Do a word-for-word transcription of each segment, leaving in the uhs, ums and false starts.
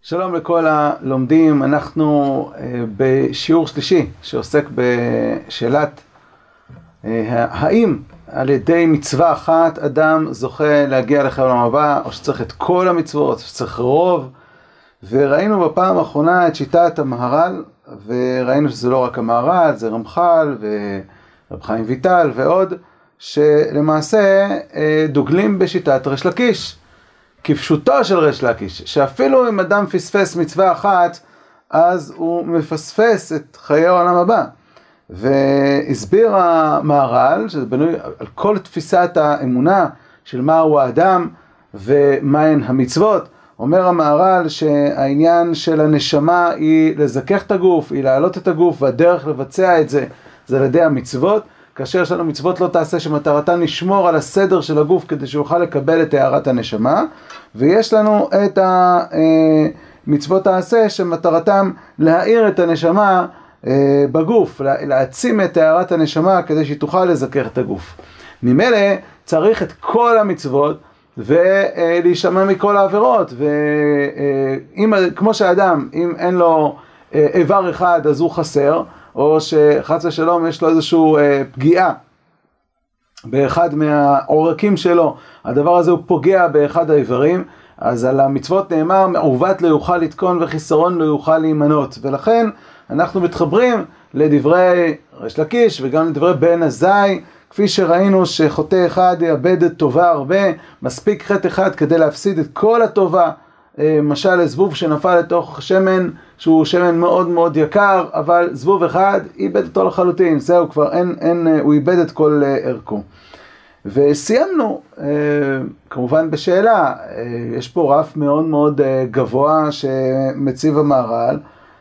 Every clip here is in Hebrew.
שלום לכל הלומדים, אנחנו בשיעור שלישי שעוסק בשאלת האם על ידי מצווה אחת אדם זוכה להגיע לחיי העולם הבא, או שצריך את כל המצוות, או שצריך רוב. וראינו בפעם האחרונה את שיטת המהר"ל, וראינו שזה לא רק המהר"ל, זה רמח"ל ורב חיים ויטל ועוד, שלמעשה דוגלים בשיטת ריש לקיש. כפשוטו של ריש לקיש, שאפילו אם אדם פספס מצווה אחת, אז הוא מפספס את חיי העולם הבא. והסביר המהר"ל, שזה בנוי על כל תפיסת האמונה של מהו האדם ומהן המצוות. אומר המהר"ל שהעניין של הנשמה היא לזכך את הגוף, היא להעלות את הגוף, והדרך לבצע את זה, זה על ידי המצוות. כאשר יש לנו מצוות לא תעשה שמטרתן לשמור על הסדר של הגוף כדי שיוכל לקבל את הערת הנשמה, ויש לנו את המצוות תעשה שמטרתם להאיר את הנשמה בגוף, להעצים את הערת הנשמה כדי שהיא תוכל לזכך את הגוף. ממילא צריך את כל המצוות ולהישמע מכל העבירות, וכמו שהאדם, אם אין לו איבר אחד אז הוא חסר, או שחס ושלום יש לו איזושהי פגיעה באחד מהעורקים שלו, הדבר הזה הוא פוגע באחד האיברים, אז על המצוות נאמר, מעוות לא יוכל לתקון וחיסרון לא יוכל להימנות. ולכן אנחנו מתחברים לדברי ריש לקיש וגם לדברי בן עזאי, כפי שראינו שחוטא אחד יאבד את טובה הרבה, מספיק חטא אחד כדי להפסיד את כל הטובה. משל לזבוב שנפל לתוך שמן, שהוא שמן מאוד מאוד יקר, אבל זבוב אחד איבד אותו לחלוטין, זהו כבר, אין, אין, הוא איבד את כל ערכו. וסיימנו, כמובן בשאלה, יש פה רף מאוד מאוד גבוה שמציב המהר"ל,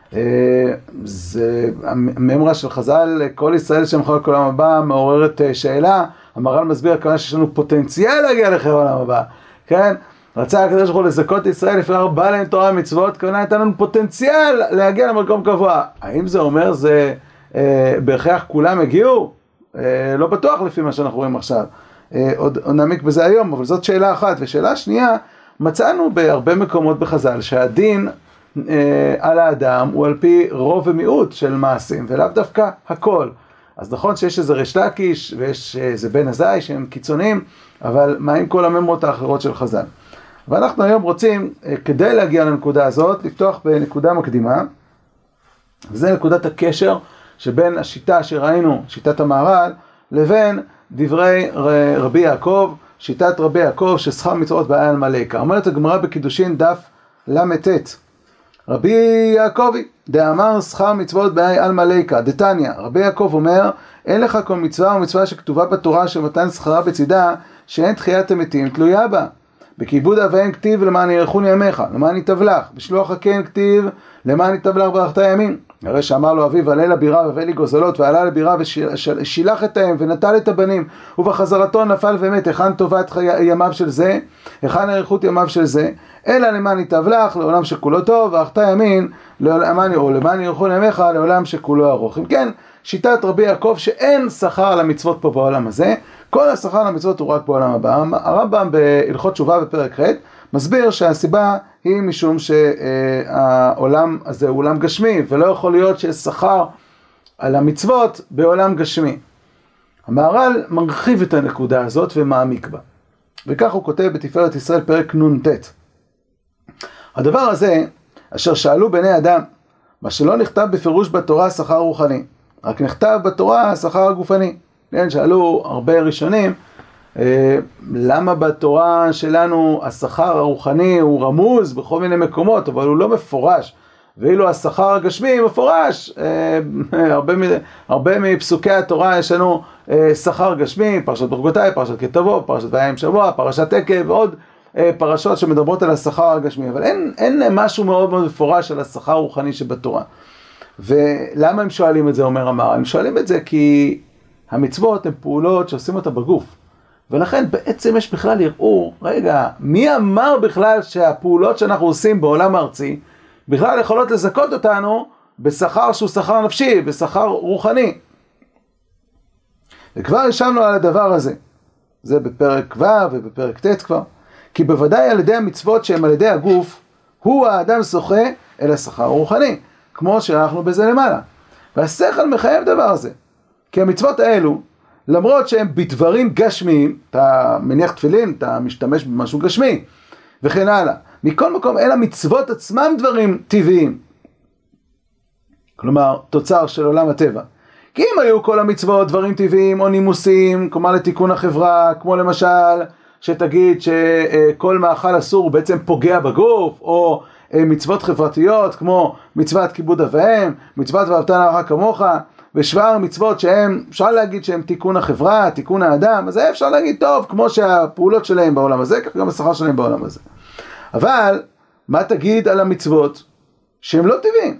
זה הממרה של חז"ל, כל ישראל שם חלק העולם הבא מעוררת שאלה. המהר"ל מסביר כמה שיש לנו פוטנציאל להגיע לחיי העולם הבא, כן? רצה הקדוש ברוך הוא לזכות ישראל לפני ארבע להם תורה ומצוות, כוונה הייתה לנו פוטנציאל להגיע למקום קבוע. האם זה אומר זה אה, בהכרח כולם הגיעו? אה, לא בטוח לפי מה שאנחנו רואים עכשיו. אה, עוד, עוד נעמיק בזה היום, אבל זאת שאלה אחת. ושאלה שנייה, מצאנו בהרבה מקומות בחז"ל שהדין אה, על האדם הוא על פי רוב ומיעוט של מעשים, ולאו דווקא הכל. אז נכון שיש איזה ריש לקיש ויש איזה בן עזאי שהם קיצוניים, אבל מה עם כל הממרות האחרות של חז"ל? ואנחנו היום רוצים, כדי להגיע לנקודה הזאת, לפתוח בנקודה מקדימה, וזה נקודת הקשר שבין השיטה שראינו, שיטת המהר"ל, לבין דברי רבי יעקב, שיטת רבי יעקב ששכר מצוות בעיה על מלאקה. אומרת הגמרא בקידושין דף למ"ט, רבי יעקבי, דאמר שכר מצוות בעיה על מלאקה, דתניא, רבי יעקב אומר, אין לך כל מצווה או מצווה שכתובה בתורה שמתן שכרה בצידה, שאין תחיית המתים תלויה בה. בכיבוד אביהם כתיב למען יאריכון ימיך, למען יטבלך, בשלוח הקן כתיב למען יטבלך ברכת הימים. הרי שאמר לו אביו עלה לבירה והביא לי גוזלות, ועלה לבירה ושילח את האם ונטל את הבנים, ובחזרתו נפל ומת. היכן טובת ימיו של זה, היכן אריכות ימיו של זה, אלא למען יטבלך לעולם שכולו טוב, וארכת ימין למען או למען יאריכון ימיך לעולם שכולו ארוך. אם כן, שיטת רבי יעקב שאין שכר למצוות פה בעולם הזה, כל השכר למצוות הוא רק בעולם הבא. הרמב"ם בהלכות תשובה בפרק ח' מסביר שהסיבה היא משום שהעולם הזה הוא עולם גשמי, ולא יכול להיות שיש שכר על המצוות בעולם גשמי. המהר"ל מרחיב את הנקודה הזאת ומעמיק בה. וכך הוא כותב בתפארת ישראל פרק נ"ט. הדבר הזה, אשר שאלו בני אדם, מה שלא נכתב בפירוש בתורה שכר רוחני, רק נכתב בתורה שכר הגופני. כן, שאלו הרבה ראשונים, למה בתורה שלנו השכר הרוחני הוא רמוז בכל מיני מקומות, אבל הוא לא מפורש, ואילו השכר הגשמי מפורש. הרבה, הרבה מפסוקי התורה יש לנו שכר גשמי, פרשת ברכותיי, פרשת כי תבוא, פרשת ויהי שבוע, פרשת עקב, ועוד פרשות שמדברות על השכר הגשמי, אבל אין, אין משהו מאוד מאוד מפורש על השכר הרוחני שבתורה. ולמה הם שואלים את זה, אומר המהר"ל? הם שואלים את זה כי המצוות הן פעולות שעושים אותה בגוף, ולכן בעצם יש בכלל ערעור, רגע, מי אמר בכלל שהפעולות שאנחנו עושים בעולם הארצי בכלל יכולות לזכות אותנו בשכר שהוא שכר נפשי, בשכר רוחני? וכבר ישבנו על הדבר הזה, זה בפרק ו' ובפרק ט' כבר, כי בוודאי על ידי המצוות שהן על ידי הגוף, הוא האדם שוחה אל השכר הרוחני, כמו שאנחנו בזה למעלה. והשכל מחייב דבר הזה. כי המצוות האלו, למרות שהם בדברים גשמיים, אתה מניח תפילין, אתה משתמש במשהו גשמי, וכן הלאה. מכל מקום, אלה המצוות עצמם דברים טבעיים. כלומר, תוצר של עולם הטבע. כי אם היו כל המצוות דברים טבעיים או נימוסים, כלומר לתיקון החברה, כמו למשל, שתגיד שכל מאכל אסור הוא בעצם פוגע בגוף, או מצוות חברתיות, כמו מצוות כיבוד אב ואם, מצוות ואהבת לרעך כמוך, ושאר מצוות שהם, אפשר להגיד שהם תיקון החברה, תיקון האדם, אז זה אפשר להגיד טוב, כמו שהפעולות שלהם בעולם הזה, כך גם השכר שלהם בעולם הזה. אבל, מה תגיד על המצוות שהם לא טבעיים?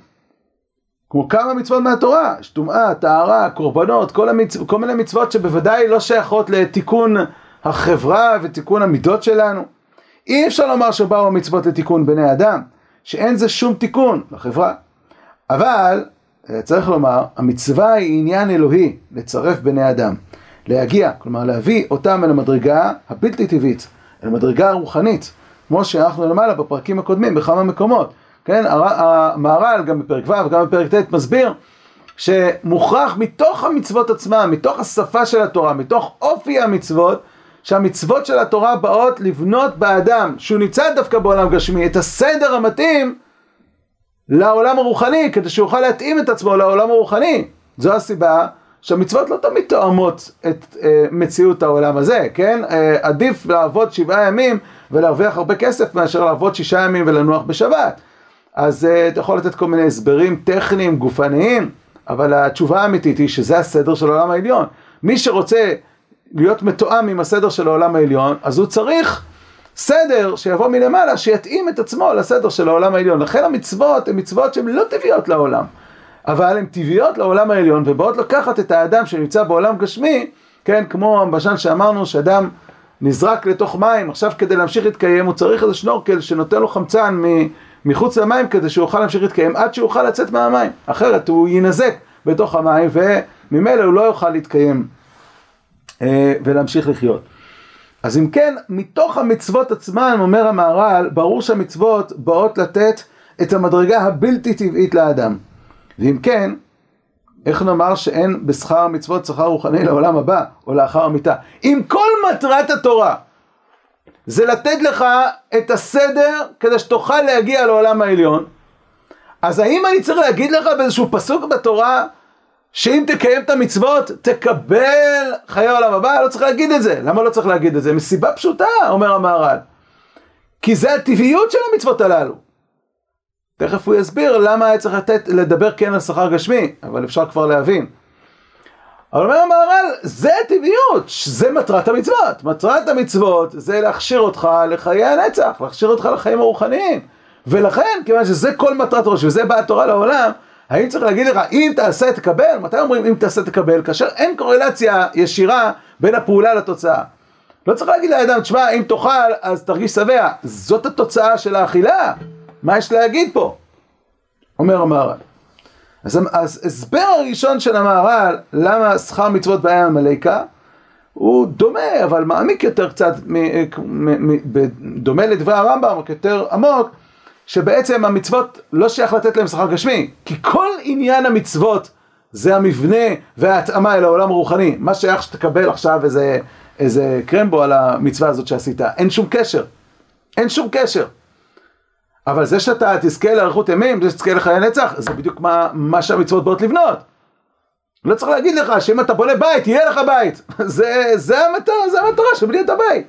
כמו כמה מצוות מהתורה, שטומאה, טהרה, קורבנות, כל, המצ... כל מיני מצוות שבוודאי לא שייכות לתיקון החברה ותיקון המידות שלנו. אי אפשר לומר שבאו המצוות לתיקון בני אדם, שאין זה שום תיקון לחברה. אבל, צריך לומר, המצווה היא עניין אלוהי, לצרף בני אדם, להגיע, כלומר להביא אותם אל המדרגה הבלתי טבעית, אל המדרגה הרוחנית, כמו שאנחנו למעלה בפרקים הקודמים, בכמה מקומות. כן, המהר"ל גם בפרק ו' וגם בפרק ט' מסביר שמוכרח מתוך המצוות עצמם, מתוך השפה של התורה, מתוך אופי המצוות, שהמצוות של התורה באות לבנות באדם, שהוא נמצא דווקא בעולם גשמי, את הסדר המתאים לעולם הרוחני, כדי שהוא יוכל להתאים את עצמו לעולם הרוחני. זו הסיבה שהמצוות לא תמיד תואמות את אה, מציאות העולם הזה, כן? אה, עדיף לעבוד שבעה ימים ולהרוויח הרבה כסף מאשר לעבוד שישה ימים ולנוח בשבת. אז uh, אתה יכול לתת כל מיני הסברים טכניים, גופניים, אבל התשובה האמיתית היא שזה הסדר של העולם העליון. מי שרוצה להיות מתואם עם הסדר של העולם העליון, אז הוא צריך סדר שיבוא מלמעלה, שיתאים את עצמו לסדר של העולם העליון. לכן המצוות הן מצוות שהן לא טבעיות לעולם, אבל הן טבעיות לעולם העליון, ובאות לקחת את האדם שנמצא בעולם גשמי, כן, כמו המשל שאמרנו, שאדם נזרק לתוך מים, עכשיו כדי להמשיך להתקיים, הוא צריך איזה שנורקל שנותן לו חמצן מ... מחוץ למים, כדי שהוא יוכל להמשיך להתקיים עד שהוא יוכל לצאת מהמים. אחרת הוא ינזק בתוך המים, וממילא הוא לא יוכל להתקיים אה, ולהמשיך לחיות. אז אם כן, מתוך המצוות עצמן, אומר המהר"ל, ברור שהמצוות באות לתת את המדרגה הבלתי טבעית לאדם. ואם כן, איך נאמר שאין בשכר המצוות שכר רוחני לעולם הבא, או לאחר המיטה? אם כל מטרת התורה זה לתת לך את הסדר כדי שתוכל להגיע לעולם העליון, אז האם אני צריך להגיד לך באיזשהו פסוק בתורה שאם תקיים את המצוות תקבל חיי העולם הבא? לא צריך להגיד את זה. למה לא צריך להגיד את זה? מסיבה פשוטה, אומר המהר"ל, כי זה הטבעיות של המצוות הללו. תכף הוא יסביר למה היה צריך לתת, לדבר כן על שכר גשמי, אבל אפשר כבר להבין. אבל אומר המהר"ל, זה הטבעיות, זה מטרת המצוות. מטרת המצוות זה להכשיר אותך לחיי הנצח, להכשיר אותך לחיים הרוחניים. ולכן, כיוון שזה כל מטרת ראש, וזה באה התורה לעולם, האם צריך להגיד לך, אם תעשה תקבל? מתי אומרים אם תעשה תקבל? כאשר אין קורלציה ישירה בין הפעולה לתוצאה. לא צריך להגיד לאדם, תשמע, אם תאכל, אז תרגיש שבע. זאת התוצאה של האכילה. מה יש להגיד פה? אומר המהר"ל. אז, אז הסבר הראשון של המהר"ל, למה שכר מצוות בעין עמלקה, הוא דומה, אבל מעמיק יותר קצת, מ, מ, מ, דומה לדברי הרמב"ם, רק יותר עמוק, שבעצם המצוות לא שייך לתת להם שכר גשמי, כי כל עניין המצוות זה המבנה וההתאמה אל העולם הרוחני. מה שייך שתקבל עכשיו איזה, איזה קרמבו על המצווה הזאת שעשית, אין שום קשר, אין שום קשר. אבל זה שאתה תזכה לאריכות ימים, זה שתזכה לחיי נצח, זה בדיוק מה, מה שהמצוות באות לבנות. לא צריך להגיד לך שאם אתה בונה בית, יהיה לך בית. זה, זה המטרה, זה המטרה שבלי את הבית.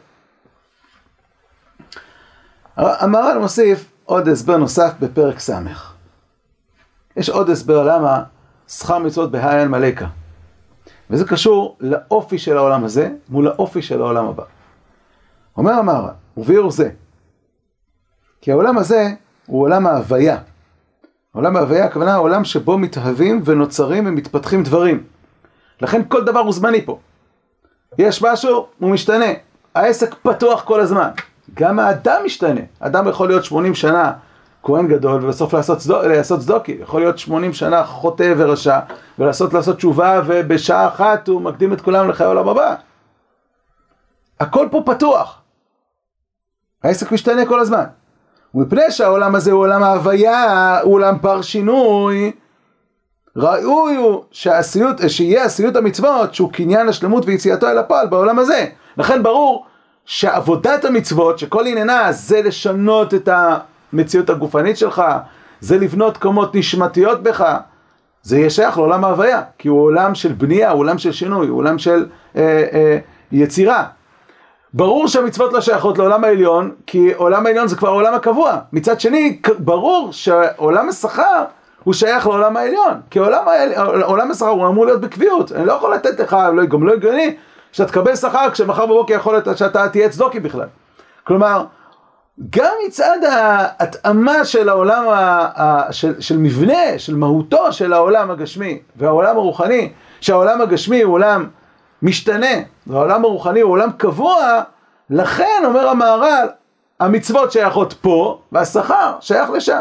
המהר"ל מוסיף עוד הסבר נוסף בפרק סמך. יש עוד הסבר למה שכר מצוות בהאי עמלקה. וזה קשור לאופי של העולם הזה מול האופי של העולם הבא. אומר המהר"ל, וביאור זה, כי העולם הזה הוא עולם ההוויה. עולם ההוויה, הכוונה העולם שבו מתהווים ונוצרים ומתפתחים דברים. לכן כל דבר הוא זמני פה. יש משהו, הוא משתנה. העסק פתוח כל הזמן. גם האדם משתנה. האדם יכול להיות שמונים שנה כהן גדול ובסוף לעשות, לעשות צדוקי. יכול להיות שמונים שנה חוטא ורשע ולעשות לעשות תשובה, ובשעה אחת הוא מקדים את כולם לחיי העולם הבא. הכל פה פתוח. העסק משתנה כל הזמן. ומפני שהעולם הזה הוא עולם ההוויה, הוא עולם בר שינוי, ראוי הוא שהעשיות, שיהיה עשיות המצוות שהוא קניין השלמות ויציאתו אל הפועל בעולם הזה. לכן ברור שעבודת המצוות שכל עניינה זה לשנות את המציאות הגופנית שלך, זה לבנות קומות נשמתיות בך, זה יהיה שייך לעולם ההוויה, כי הוא עולם של בנייה, הוא עולם של שינוי, הוא עולם של אה, אה, יצירה. ברור שהמצוות לא שייכות לעולם העליון, כי עולם העליון זה כבר העולם הקבוע. מצד שני, ברור שעולם השכר הוא שייך לעולם העליון, כי עולם, עולם השכר הוא אמור להיות בקביעות. אני לא יכול לתת לך, לא, גם לא הגיוני, שאתה תקבל שכר כשמחר בבוקר יכול להיות שאתה תהיה צדוקי בכלל. כלומר, גם מצד ההתאמה של העולם, של, של מבנה, של מהותו של העולם הגשמי והעולם הרוחני, שהעולם הגשמי הוא עולם משתנה, והעולם הרוחני הוא עולם קבוע, לכן אומר המהר"ל, המצוות שייכות פה, והשכר שייך לשם.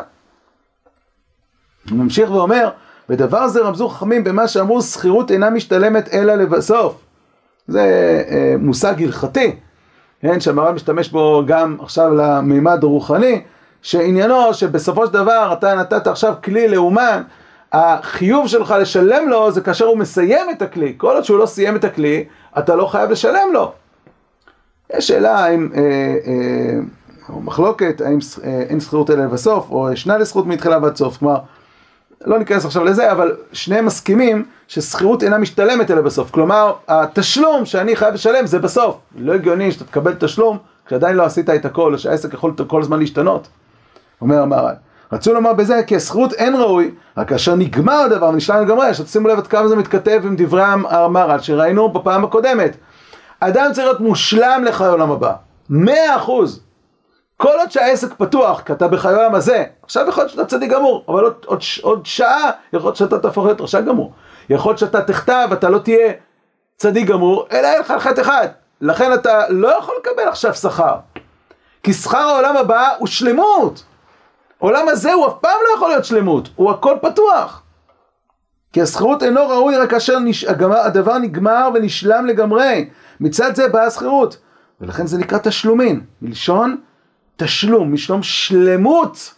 הוא ממשיך ואומר, בדבר זה רמזו חכמים במה שאמרו, שכירות אינה משתלמת אלא לבסוף. זה אה, מושג הלכתי, כן, שהמהר"ל משתמש בו גם עכשיו למימד הרוחני, שעניינו שבסופו של דבר אתה נתת עכשיו כלי לאומן, החיוב שלך לשלם לו זה כאשר הוא מסיים את הכלי. כל עוד שהוא לא סיים את הכלי, אתה לא חייב לשלם לו. יש שאלה האם, אה, אה, או מחלוקת, האם אה, אין שכירות אלא לבסוף, או ישנה לשכירות מתחילה ועד סוף. כלומר, לא ניכנס עכשיו לזה, אבל שניהם מסכימים ששכירות אינה משתלמת אלא בסוף. כלומר, התשלום שאני חייב לשלם זה בסוף. לא הגיוני שאתה תקבל תשלום כשעדיין לא עשית את הכל, או שהעסק יכול כל הזמן להשתנות. אומר המהר"ל. רצו לומר בזה כי השכירות אין ראוי, רק כאשר נגמר הדבר ונשלם לגמרי, שתשימו לב עד כמה זה מתכתב עם דברי המהר"ל שראינו בפעם הקודמת. אדם צריך להיות מושלם לחיי העולם הבא, מאה אחוז. כל עוד שהעסק פתוח, כי אתה בחיי העולם הזה, עכשיו יכול להיות שאתה צדיק גמור, אבל עוד, עוד, עוד שעה יכול להיות שאתה תהפוך להיות רשע גמור. יכול להיות שאתה תכתב, אתה לא תהיה צדיק גמור, אלא אין לך חטא אחד. לכן אתה לא יכול לקבל עכשיו שכר. כי שכר העולם הבא הוא שלמות. העולם הזה הוא אף פעם לא יכול להיות שלמות, הוא הכל פתוח. כי השכירות אינו ראוי רק כאשר נש... הדבר נגמר ונשלם לגמרי. מצד זה באה השכירות. ולכן זה נקרא תשלומין. מלשון תשלום, משלום שלמות.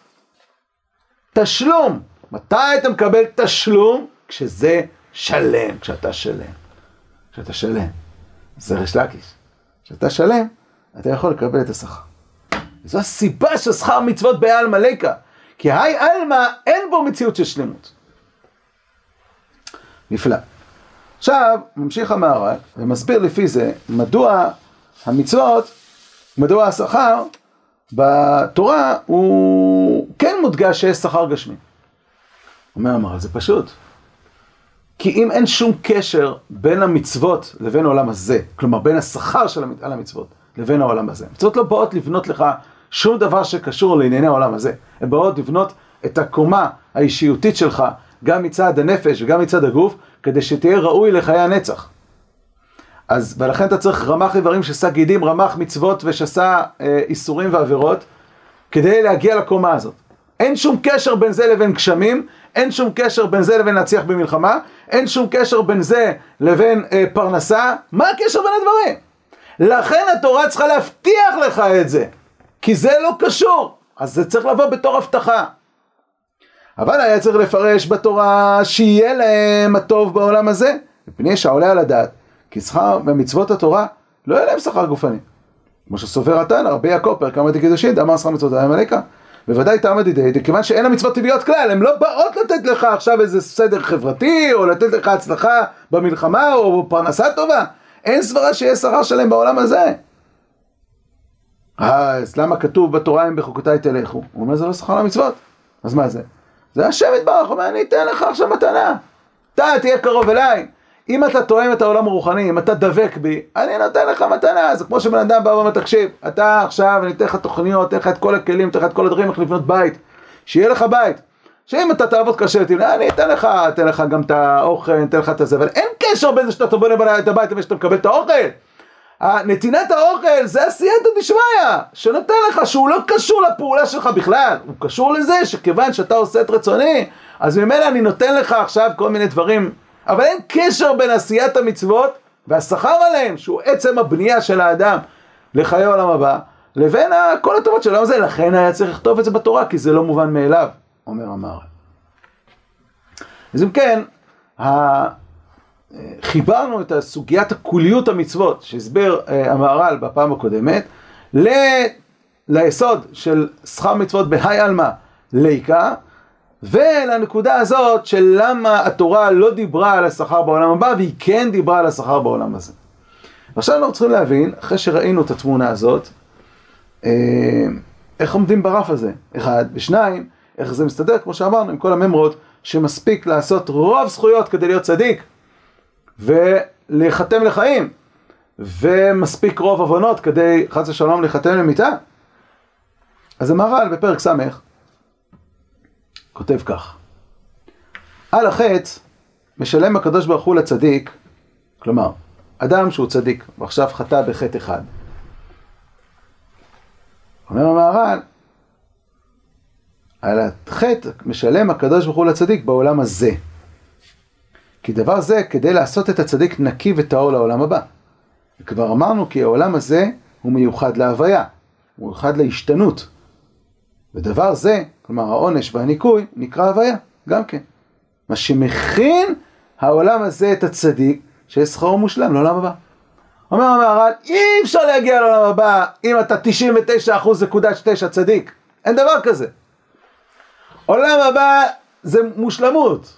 תשלום. מתי אתה מקבל תשלום? כשזה שלם, כשאתה שלם. כשאתה שלם. זה ריש לקיש. כשאתה שלם, אתה יכול לקבל את השכר. זו הסיבה ששכר מצוות בעלמא ליקה. כי היי עלמא אין בו מציאות של שלמות. נפלא. עכשיו, ממשיך המהר"ל ומסביר לפי זה מדוע המצוות, מדוע השכר בתורה הוא כן מודגש שיש שכר גשמי. אומר המהר"ל, זה פשוט. כי אם אין שום קשר בין המצוות לבין העולם הזה, כלומר בין השכר של המצוות לבין העולם הזה, המצוות לא באות לבנות לך שום דבר שקשור לענייני העולם הזה. הן באות לבנות את הקומה האישיותית שלך, גם מצד הנפש וגם מצד הגוף, כדי שתהיה ראוי לחיי הנצח. אז, ולכן אתה צריך רמ"ח איברים ששא גידים, רמ"ח מצוות ושסה אה, איסורים ועבירות, כדי להגיע לקומה הזאת. אין שום קשר בין זה לבין גשמים, אין שום קשר בין זה לבין להצליח במלחמה, אין שום קשר בין זה לבין אה, פרנסה. מה הקשר בין הדברים? לכן התורה צריכה להבטיח לך את זה, כי זה לא קשור, אז זה צריך לבוא בתור הבטחה. אבל היה צריך לפרש בתורה שיהיה להם הטוב בעולם הזה, מפני שעולה על הדעת, כי שכר במצוות התורה לא יהיה להם שכר גופני. כמו שסובר התנא, רבי יעקב, פרק כ"ד קידושין, דאמר שכר מצוות בעלמא ליקה. בוודאי תמא דידי, כיוון שאין המצוות טבעיות כלל, הן לא באות לתת לך עכשיו איזה סדר חברתי, או לתת לך הצלחה במלחמה, או פרנסה טובה. אין סברה שיהיה שכר שלהם בעולם הזה. אז למה כתוב בתורה אם בחוקותיי תלכו? הוא אומר זה לא שכר למצוות. אז מה זה? זה השם יתברך, הוא אומר אני אתן לך עכשיו מתנה. אתה תהיה קרוב אליי. אם אתה תואם את העולם הרוחני, אם אתה דבק בי, אני נותן לך מתנה. זה כמו שבן אדם בא ואומר, תקשיב, אתה עכשיו, אני אתן לך תוכניות, אתן לך את כל הכלים, אתן לך את כל הדברים, איך לבנות בית. שיהיה לך בית. שאם אתה תעבוד קשה, תבנה, אני אתן לך, אתן לך גם את האוכל, אתן לך את זה, אבל אין קשר בין זה שאתה בונה את הבית ושאתה מקבל את האוכל. נתינת האוכל זה עשייתא דשמיא, שנותן לך שהוא לא קשור לפעולה שלך בכלל. הוא קשור לזה שכיוון שאתה עושה את רצוני, אז ממילא אני נותן לך עכשיו כל מיני דברים, אבל אין קשר בין עשיית המצוות והשכר עליהם, שהוא עצם הבנייה של האדם לחיי העולם הבא, לבין כל הטובות של העולם הזה, לכן היה צריך לכתוב את זה בתורה, כי זה לא מובן מאליו, אומר המהר"ל. אז אם כן, חיברנו את סוגיית הכוליות המצוות, שהסבר המהר"ל בפעם הקודמת, ל... ליסוד של שכר מצוות בהי עלמא ליקה, ולנקודה הזאת של למה התורה לא דיברה על השכר בעולם הבא, והיא כן דיברה על השכר בעולם הזה. ועכשיו אנחנו צריכים להבין, אחרי שראינו את התמונה הזאת, איך עומדים ברף הזה, אחד, ושניים, איך זה מסתדר, כמו שאמרנו, עם כל הממרות, שמספיק לעשות רוב זכויות כדי להיות צדיק, ולהיחתם לחיים, ומספיק רוב עוונות כדי חס ושלום להיחתם למיתה. אז המהר"ל בפרק סמך כותב כך: על החטא משלם הקדוש ברוך הוא לצדיק, כלומר, אדם שהוא צדיק ועכשיו חטא בחטא אחד. אומר המהר"ל, על החטא משלם הקדוש ברוך הוא לצדיק בעולם הזה. כי דבר זה כדי לעשות את הצדיק נקי וטהור לעולם הבא. וכבר אמרנו כי העולם הזה הוא מיוחד להוויה, הוא מיוחד להשתנות. ודבר זה, כלומר העונש והניקוי, נקרא הוויה, גם כן. מה שמכין העולם הזה את הצדיק, ששכרו מושלם לעולם הבא. אומר המהר"ל, אי אפשר להגיע לעולם הבא אם אתה תשעים ותשע אחוז נקודה תשע צדיק. אין דבר כזה. עולם הבא זה מושלמות.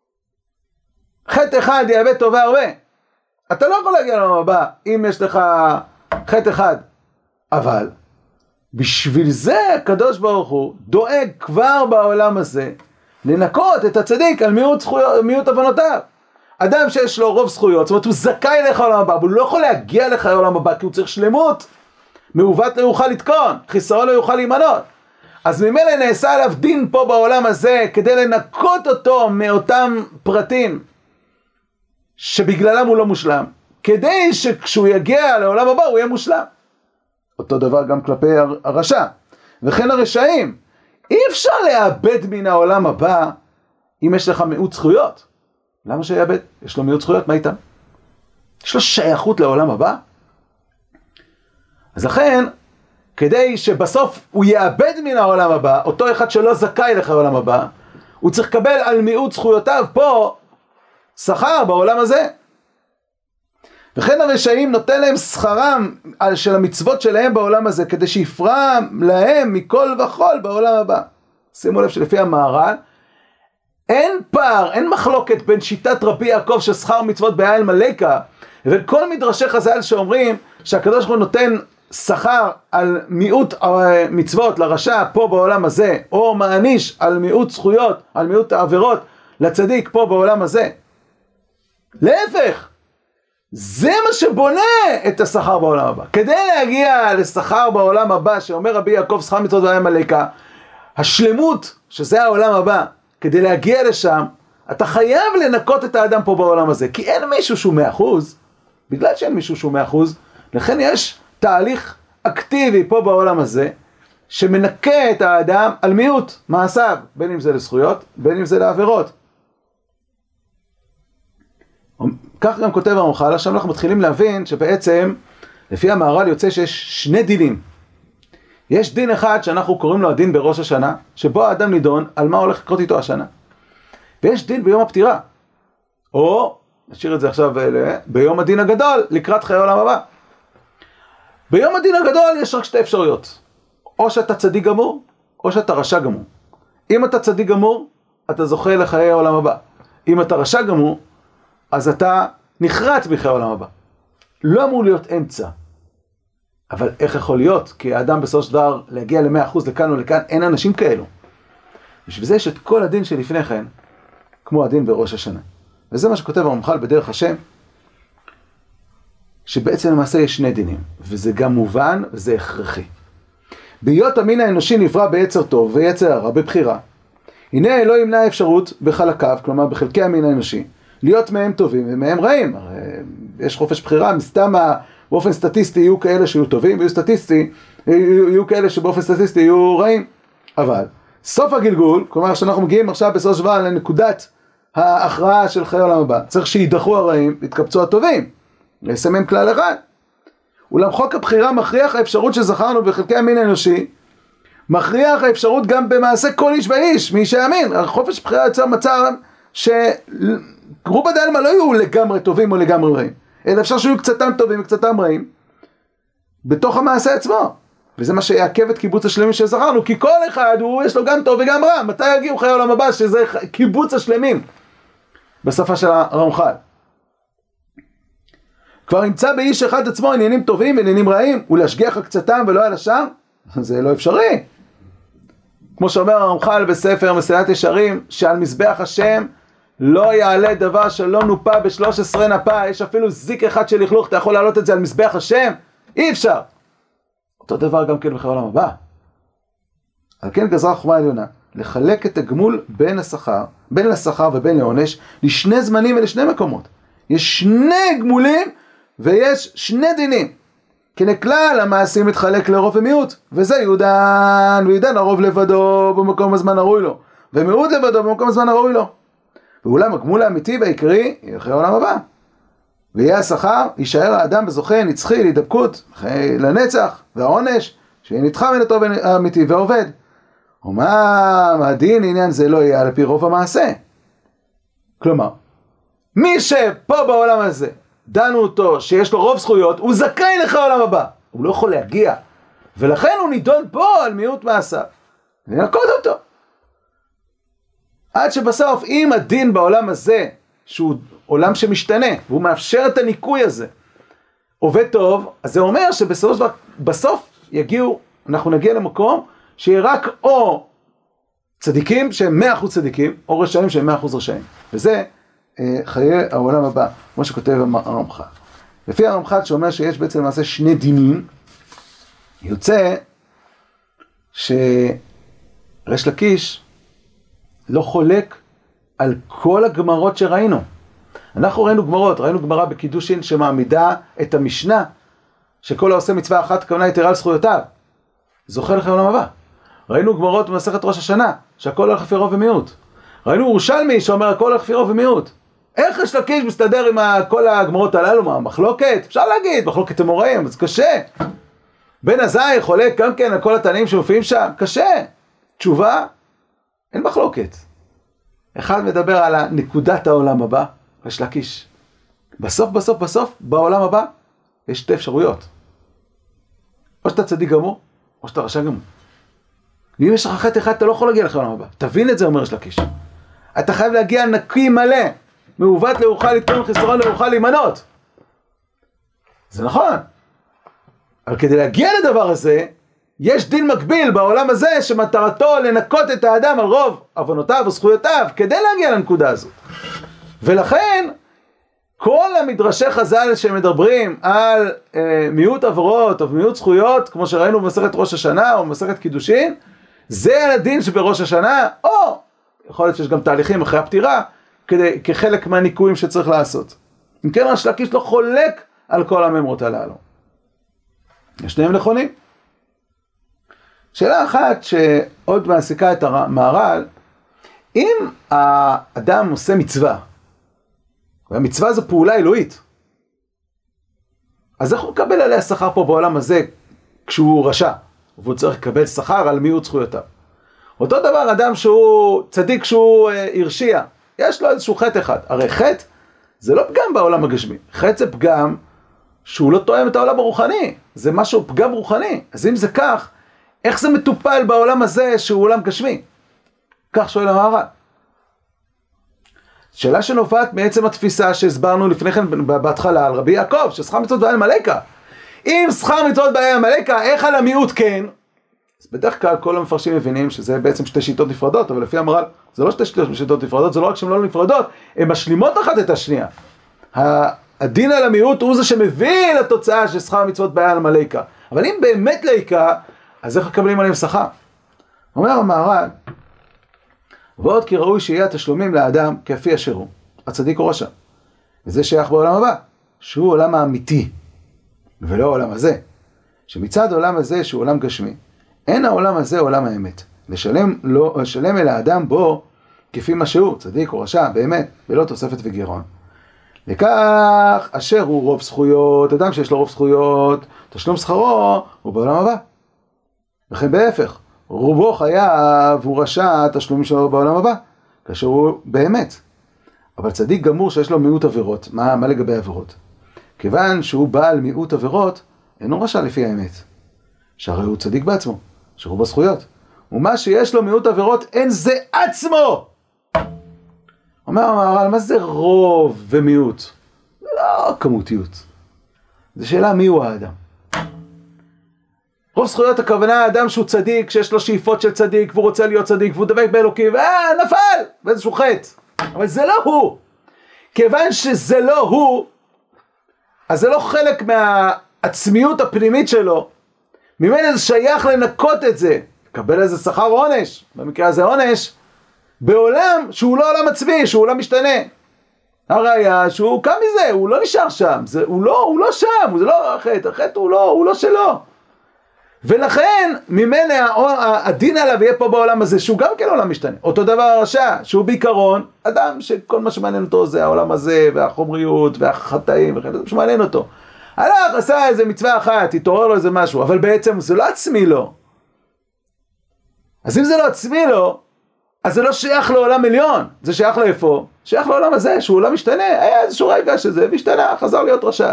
חטא אחד יאבד טובה הרבה. אתה לא יכול להגיע לעולם הבא אם יש לך חטא אחד. אבל בשביל זה הקדוש ברוך הוא דואג כבר בעולם הזה לנקות את הצדיק על מיעוט זכויות, מיעוט הבנותיו. אדם שיש לו רוב זכויות, זאת אומרת הוא זכאי לך לעולם הבא, אבל הוא לא יכול להגיע לך לעולם הבא כי הוא צריך שלמות. מעוות לא יוכל לתקון, חיסרון לא יוכל להימנות. אז ממילא נעשה עליו דין פה בעולם הזה כדי לנקות אותו מאותם פרטים שבגללם הוא לא מושלם, כדי שכשהוא יגיע לעולם הבא הוא יהיה מושלם. אותו דבר גם כלפי הרשע. וכן הרשעים, אי אפשר לאבד מן העולם הבא אם יש לך מיעוט זכויות. למה שיאבד? יש לו מיעוט זכויות, מה איתם? יש לו שייכות לעולם הבא. אז לכן, כדי שבסוף הוא יאבד מן העולם הבא, אותו אחד שלא זכאי לך לעולם הבא, הוא צריך לקבל על מיעוט זכויותיו פה שכר בעולם הזה. וכן הרשעים נותן להם שכרם של המצוות שלהם בעולם הזה, כדי שיפרע להם מכל וכל בעולם הבא. שימו לב שלפי המהר"ל, אין פער, אין מחלוקת בין שיטת רבי יעקב ששכר מצוות בהי עלמא ליקה, ובין כל מדרשי חז"ל שאומרים שהקדוש ברוך הוא נותן שכר על מיעוט מצוות לרשע פה בעולם הזה, או מעניש על מיעוט זכויות, על מיעוט העבירות לצדיק פה בעולם הזה. להפך, זה מה שבונה את השכר בעולם הבא. כדי להגיע לשכר בעולם הבא, שאומר רבי יעקב שכר מצוות בהי עלמא ליקה, השלמות, שזה העולם הבא, כדי להגיע לשם, אתה חייב לנקות את האדם פה בעולם הזה, כי אין מישהו שהוא מאה אחוז, בגלל שאין מישהו שהוא מאה אחוז, לכן יש תהליך אקטיבי פה בעולם הזה, שמנקה את האדם על מיעוט מעשיו, בין אם זה לזכויות, בין אם זה לעבירות. כך גם כותב הרמח"ל, עכשיו אנחנו מתחילים להבין שבעצם, לפי המהר"ל יוצא שיש שני דינים. יש דין אחד שאנחנו קוראים לו הדין בראש השנה, שבו האדם נידון על מה הולך לקרות איתו השנה. ויש דין ביום הפטירה, או, נשאיר את זה עכשיו, ביום הדין הגדול, לקראת חיי העולם הבא. ביום הדין הגדול יש רק שתי אפשרויות. או שאתה צדיק גמור, או שאתה רשע גמור. אם אתה צדיק גמור, אתה זוכה לחיי העולם הבא. אם אתה רשע גמור, אז אתה נחרט בחיי העולם הבא. לא אמור להיות אמצע. אבל איך יכול להיות? כי האדם בסופו של דבר להגיע ל-מאה אחוז לכאן או לכאן, אין אנשים כאלו. בשביל זה יש את כל הדין שלפני כן, כמו הדין בראש השנה. וזה מה שכותב הרמח"ל בדרך השם, שבעצם למעשה יש שני דינים, וזה גם מובן וזה הכרחי. בהיות המין האנושי נברא ביצר טוב ויצר הרע בבחירה, הנה לא ימנע אפשרות בחלקיו, כלומר בחלקי המין האנושי, להיות מהם טובים ומהם רעים. הרי יש חופש בחירה, מסתם באופן סטטיסטי יהיו כאלה שיהיו טובים, ויהיו סטטיסטי, יהיו, יהיו כאלה שבאופן סטטיסטי יהיו רעים. אבל סוף הגלגול, כלומר שאנחנו מגיעים עכשיו בסוף שבוע לנקודת ההכרעה של חיי העולם הבא, צריך שידחו הרעים, יתקבצו הטובים, לסמם כלל אחד. אולם חוק הבחירה מכריח האפשרות שזכרנו בחלקי המין האנושי, מכריח האפשרות גם במעשה כל איש ואיש, מי שיאמין. החופש בחירה יוצר מצב שרוב הדלמה לא יהיו לגמרי טובים או לגמרי רעים, אלא אפשר שיהיו קצתם טובים וקצתם רעים, בתוך המעשה עצמו. וזה מה שיעכב את קיבוץ השלמים שזכרנו, כי כל אחד הוא, יש לו גם טוב וגם רע. מתי יגיעו חיי העולם הבא, שזה קיבוץ השלמים, בשפה של הרמח"ל. כבר ימצא באיש אחד עצמו עניינים טובים ועניינים רעים, ולהשגיח על קצתם ולא על השאר, זה לא אפשרי. כמו שאומר הרמח"ל בספר מסילת ישרים, שעל מזבח השם לא יעלה דבר שלא נופה בשלוש עשרה נפה. יש אפילו זיק אחד של לכלוך, אתה יכול להעלות את זה על מזבח השם? אי אפשר. אותו דבר גם כן בחיי העולם הבא. על כן גזרה החוכמה העליונה לחלק את הגמול בין השכר, בין לשכר ובין לעונש, לשני זמנים ולשני מקומות. יש שני גמולים ויש שני דינים. כנכלל המעשים מתחלק לרוב ומיעוט, וזה יהודן, ויהודן הרוב לבדו במקום הזמן הראוי לו, ומיעוט לבדו במקום הזמן הראוי לו. ואולם הגמול האמיתי והעיקרי יהיה אחרי העולם הבא. ויהיה השכר, יישאר האדם בזוכה נצחי להידבקות לנצח, והעונש שיהיה נדחה מן הטוב האמיתי ועובד. ומה הדין עניין זה לא יהיה על פי רוב המעשה. כלומר, מי שפה בעולם הזה דנו אותו שיש לו רוב זכויות, הוא זכאי לך העולם הבא. הוא לא יכול להגיע. ולכן הוא נידון פה על מיעוט מעשה. לנקוד אותו. עד שבסוף, אם הדין בעולם הזה, שהוא עולם שמשתנה, והוא מאפשר את הניקוי הזה, עובד טוב, אז זה אומר שבסוף בסוף יגיעו, אנחנו נגיע למקום, שיהיה רק או צדיקים שהם מאה אחוז צדיקים, או רשעים שהם מאה אחוז רשעים. וזה חיי העולם הבא, כמו שכותב הרמח"ל. לפי הרמח"ל שאומר שיש בעצם למעשה שני דינים, יוצא שריש לקיש לא חולק על כל הגמרות שראינו. אנחנו ראינו גמרות, ראינו גמרה בקידושין שמעמידה את המשנה, שכל העושה מצווה אחת כוונה יתרה על זכויותיו, זוכה לחיי העולם הבא. ראינו גמרות במסכת ראש השנה, שהכל הולך לפי רוב ומיעוט. ראינו ירושלמי שאומר הכל הולך לפי רוב ומיעוט. איך ריש לקיש מסתדר עם כל הגמרות הללו? מה, מחלוקת? אפשר להגיד, מחלוקת אמוראים, אז קשה. בן עזאי חולק גם כן על כל התנאים שמופיעים שם, קשה. תשובה, אין מחלוקת. אחד מדבר על נקודת העולם הבא, ריש לקיש. בסוף, בסוף, בסוף, בעולם הבא, יש שתי אפשרויות. או שאתה צדיק גמור, או שאתה רשע גמור. ואם יש לך חטא אחד, אתה לא יכול להגיע לחיי העולם הבא. תבין את זה, אומר ריש לקיש. אתה חייב להגיע נקי מלא. מעוות לאוכל לתקון, חיסרון לאוכל להימנות. זה נכון. אבל כדי להגיע לדבר הזה, יש דין מקביל בעולם הזה, שמטרתו לנקות את האדם על רוב עוונותיו וזכויותיו, כדי להגיע לנקודה הזאת. ולכן, כל המדרשי חז"ל שמדברים על אה, מיעוט עבירות או מיעוט זכויות, כמו שראינו במסכת ראש השנה או במסכת קידושין, זה על הדין שבראש השנה, או יכול להיות שיש גם תהליכים אחרי הפטירה, כדי, כחלק מהניקויים שצריך לעשות. אם כן, ריש לקיש לא חולק על כל הממרות הללו. שניהם נכונים. שאלה אחת שעוד מעסיקה את המהר"ל, אם האדם עושה מצווה, והמצווה זו פעולה אלוהית, אז איך הוא מקבל עליה שכר פה בעולם הזה כשהוא רשע, והוא צריך לקבל שכר על מיעוט זכויותיו? אותו דבר אדם שהוא צדיק שהוא הרשיע, יש לו איזשהו חטא אחד. הרי חטא זה לא פגם בעולם הגשמי, חטא זה פגם שהוא לא תואם את העולם הרוחני, זה משהו פגם רוחני. אז אם זה כך, איך זה מטופל בעולם הזה שהוא עולם גשמי? כך שואל המהר"ל. שאלה שנובעת מעצם התפיסה שהסברנו לפני כן בהתחלה על רבי יעקב, ששכר מצוות בעיה למלאקה. אם שכר מצוות בעיה למלאקה, איך על המיעוט כן? אז בדרך כלל כל המפרשים מבינים שזה בעצם שתי שיטות נפרדות, אבל לפי המהר"ל זה לא שתי שיטות נפרדות, זה לא רק שהן לא נפרדות, הן משלימות אחת את השנייה. הדין על המיעוט הוא זה שמביא לתוצאה של שכר מצוות בעיה למלאקה. אבל אם באמת לאיקה, אז איך מקבלים עליהם שכר? אומר המהר"ל, ועוד כי ראוי שיהיה התשלומים לאדם כפי אשר הוא, הצדיק או רשע. וזה שייך בעולם הבא, שהוא עולם האמיתי, ולא העולם הזה. שמצד העולם הזה שהוא עולם גשמי, אין העולם הזה עולם האמת. לשלם, לא, לשלם אל האדם בו כפי מה שהוא, צדיק או רשע, באמת, ולא תוספת וגירעון. וכך, אשר הוא רוב זכויות, אדם שיש לו רוב זכויות, תשלום שכרו, הוא בעולם הבא. וכן בהפך, רובו חייב, הוא רשע, תשלום שלו בעולם הבא, כאשר הוא באמת. אבל צדיק גמור שיש לו מיעוט עבירות. מה, מה לגבי עבירות? כיוון שהוא בעל מיעוט עבירות, אינו רשע לפי האמת. שהרי הוא צדיק בעצמו, שרוב הזכויות. ומה שיש לו מיעוט עבירות, אין זה עצמו! אומר המהר"ל, מה זה רוב ומיעוט? זה לא כמותיות. זו שאלה מי הוא האדם. רוב זכויות הכוונה, האדם שהוא צדיק, שיש לו שאיפות של צדיק, והוא רוצה להיות צדיק, והוא דבק באלוקים, אה, נפל! באיזשהו חטא. אבל זה לא הוא. כיוון שזה לא הוא, אז זה לא חלק מהעצמיות הפנימית שלו. ממנו זה שייך לנקות את זה. לקבל איזה שכר עונש. במקרה הזה עונש. בעולם שהוא לא עולם עצמי, שהוא עולם משתנה. הראיה שהוא קם מזה, הוא לא נשאר שם. זה, הוא, לא, הוא לא שם, זה לא החטא. החטא הוא לא, הוא לא שלו. ולכן ממנו הדין עליו יהיה פה בעולם הזה, שהוא גם כן עולם משתנה. אותו דבר הרשע, שהוא בעיקרון אדם שכל מה שמעניין אותו זה העולם הזה, והחומריות, והחטאים, וכן, זה שמעניין אותו. הלך, עשה איזה מצווה אחת, התעורר לו איזה משהו, אבל בעצם זה לא עצמי לו. אז אם זה לא עצמי לו, אז זה לא שייך לעולם עליון. זה שייך לאיפה? שייך לעולם הזה, שהוא עולם משתנה. היה איזשהו רגע שזה, והשתנה, חזר להיות רשע.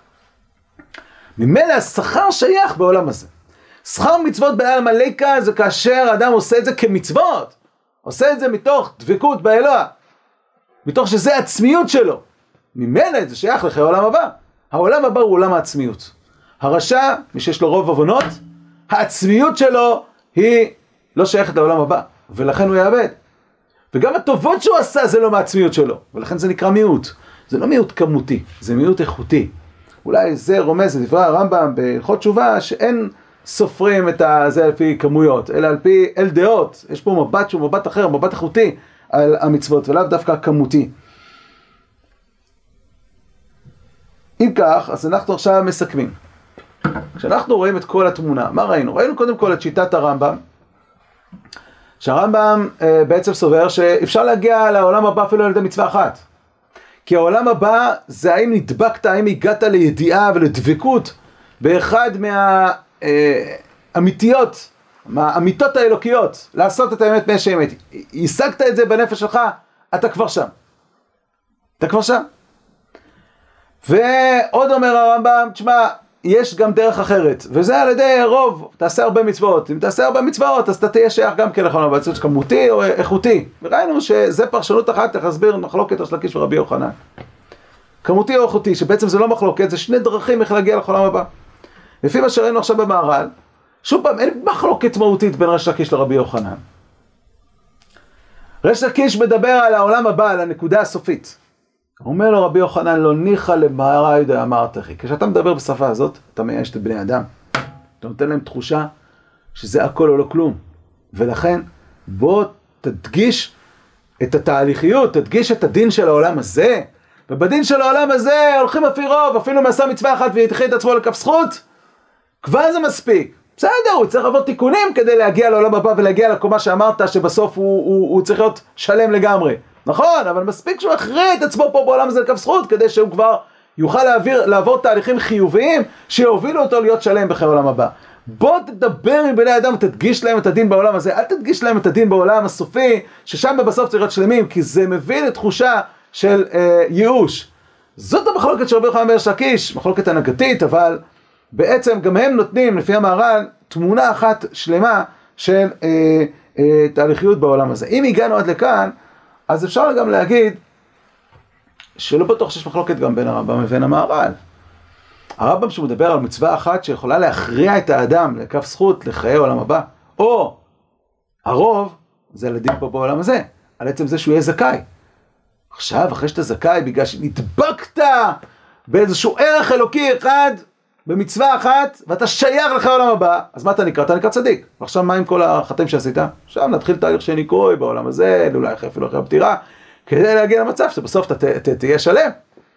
ממילא השכר שייך בעולם הזה. שכר מצוות בעלמא ליקא זה כאשר האדם עושה את זה כמצוות. עושה את זה מתוך דבקות באלוה. מתוך שזה העצמיות שלו. ממילא זה שייך לחיי העולם הבא. העולם הבא הוא עולם העצמיות. הרשע, מי שיש לו רוב עוונות, העצמיות שלו היא לא שייכת לעולם הבא. ולכן הוא יאבד. וגם הטובות שהוא עשה זה לא מהעצמיות שלו. ולכן זה נקרא מיעוט. זה לא מיעוט כמותי, זה מיעוט איכותי. אולי זה רומז לדברי הרמב"ם בהלכות תשובה שאין סופרים את זה על פי כמויות, אלא על פי אל דעות. יש פה מבט שהוא מבט אחר, מבט איכותי על המצוות, ולאו דווקא כמותי. אם כך, אז אנחנו עכשיו מסכמים. כשאנחנו רואים את כל התמונה, מה ראינו? ראינו קודם כל את שיטת הרמב"ם, שהרמב"ם אה, בעצם סובר שאפשר להגיע לעולם הבא אפילו על ידי מצווה אחת. כי העולם הבא זה האם נדבקת, האם הגעת לידיעה ולדבקות באחד מהאמיתיות, מהאמיתות האלוקיות, לעשות את האמת מהשם אמת. השגת את זה בנפש שלך, אתה כבר שם. אתה כבר שם. ועוד אומר הרמב"ם, תשמע, יש גם דרך אחרת, וזה על ידי רוב, תעשה הרבה מצוות. אם תעשה הרבה מצוות, אז אתה תהיה שייך גם כן לכם, אבל זה כמותי או איכותי. וראינו שזה פרשנות אחת, איך להסביר מחלוקת ריש לקיש ורבי יוחנן. כמותי או איכותי, שבעצם זה לא מחלוקת, זה שני דרכים איך להגיע לעולם הבא. לפי מה שראינו עכשיו במהר"ל, שוב פעם, אין מחלוקת מהותית בין ריש לקיש לרבי יוחנן. ריש לקיש מדבר על העולם הבא, על הנקודה הסופית. אומר לו רבי יוחנן, לא ניחא למהר"י דאמרת אחי. כשאתה מדבר בשפה הזאת, אתה מייאש את בני אדם. אתה נותן להם תחושה שזה הכל או לא כלום. ולכן, בוא תדגיש את התהליכיות, תדגיש את הדין של העולם הזה. ובדין של העולם הזה הולכים לפי רוב, אפילו מעשה מצווה אחת וידחה את עצמו לכף זכות. כבר זה מספיק. בסדר, הוא צריך לעבור תיקונים כדי להגיע לעולם הבא ולהגיע לקומה שאמרת שבסוף הוא, הוא, הוא צריך להיות שלם לגמרי. נכון, אבל מספיק שהוא הכריע את עצמו פה בעולם הזה לכף זכות, כדי שהוא כבר יוכל להעביר, לעבור תהליכים חיוביים שיובילו אותו להיות שלם בחיי העולם הבא. בוא תדבר עם בני אדם, תדגיש להם את הדין בעולם הזה, אל תדגיש להם את הדין בעולם הסופי, ששם בסוף צריך להיות שלמים, כי זה מביא לתחושה של אה, ייאוש. זאת המחלוקת של רבי יוחנן בן ריש לקיש, מחלוקת הנהגתית, אבל בעצם גם הם נותנים, לפי המהר"ל, תמונה אחת שלמה של אה, אה, תהליכיות בעולם הזה. אם הגענו עד לכאן, אז אפשר גם להגיד שלא בטוח שיש מחלוקת גם בין הרמב"ם לבין המהר"ל. הרמב"ם שמדבר על מצווה אחת שיכולה להכריע את האדם לכף זכות לחיי העולם הבא, או הרוב זה על הדין פה בעולם הזה, על עצם זה שהוא יהיה זכאי. עכשיו, אחרי שאתה זכאי, בגלל שנדבקת באיזשהו ערך אלוקי אחד, במצווה אחת, ואתה שייך לחיי העולם הבא, אז מה אתה נקרא? אתה נקרא צדיק. ועכשיו מה עם כל החטאים שעשית? עכשיו נתחיל תהליך שניקרוי בעולם הזה, אולי אפילו אחרי הפטירה, כדי להגיע למצב שבסוף אתה ת, ת, תהיה שלם.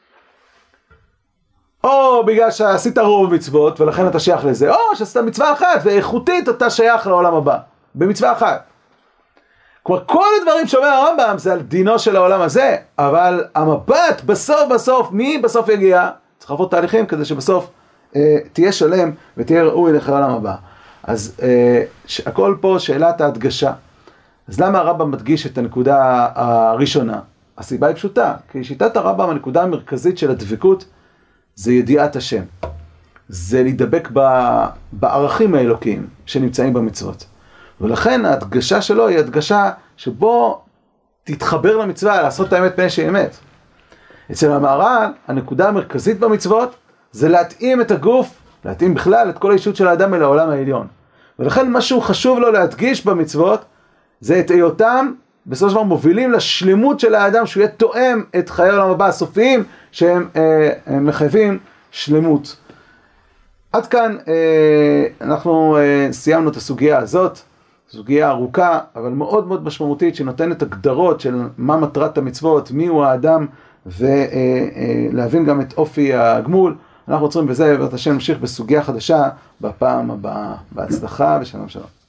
או בגלל שעשית רוב מצוות, ולכן אתה שייך לזה, או שעשית מצווה אחת, ואיכותית אתה שייך לעולם הבא, במצווה אחת. כלומר, כל הדברים שאומר הרמב"ם זה על דינו של העולם הזה, אבל המבט בסוף בסוף, מי בסוף יגיע? צריך לעבור תהליכים כדי שבסוף אה, תהיה שלם ותהיה ראוי לחיי העולם הבא. אז אה, הכל פה שאלת ההדגשה. אז למה הרמב"ם מדגיש את הנקודה הראשונה? הסיבה היא פשוטה, כי שיטת הרמב"ם, הנקודה המרכזית של הדבקות, זה ידיעת השם. זה להידבק בערכים האלוקיים שנמצאים במצוות. ולכן ההדגשה שלו היא הדגשה שבו תתחבר למצווה, לעשות את האמת פני שהיא אמת. אצל המהר"ל, הנקודה המרכזית במצוות, זה להתאים את הגוף, להתאים בכלל את כל האישות של האדם אל העולם העליון. ולכן משהו חשוב לו להדגיש במצוות, זה את היותם, בסופו של דבר מובילים לשלמות של האדם, שהוא יהיה תואם את חיי העולם הבא הסופיים, שהם אה, מחייבים שלמות. עד כאן אה, אנחנו אה, סיימנו את הסוגיה הזאת, סוגיה ארוכה, אבל מאוד מאוד משמעותית, שנותנת הגדרות של מה מטרת המצוות, מי הוא האדם, ולהבין גם את אופי הגמול. אנחנו רוצים בזה, בעזרת השם, נמשיך בסוגיה חדשה בפעם הבאה. בהצלחה ושלום שלום.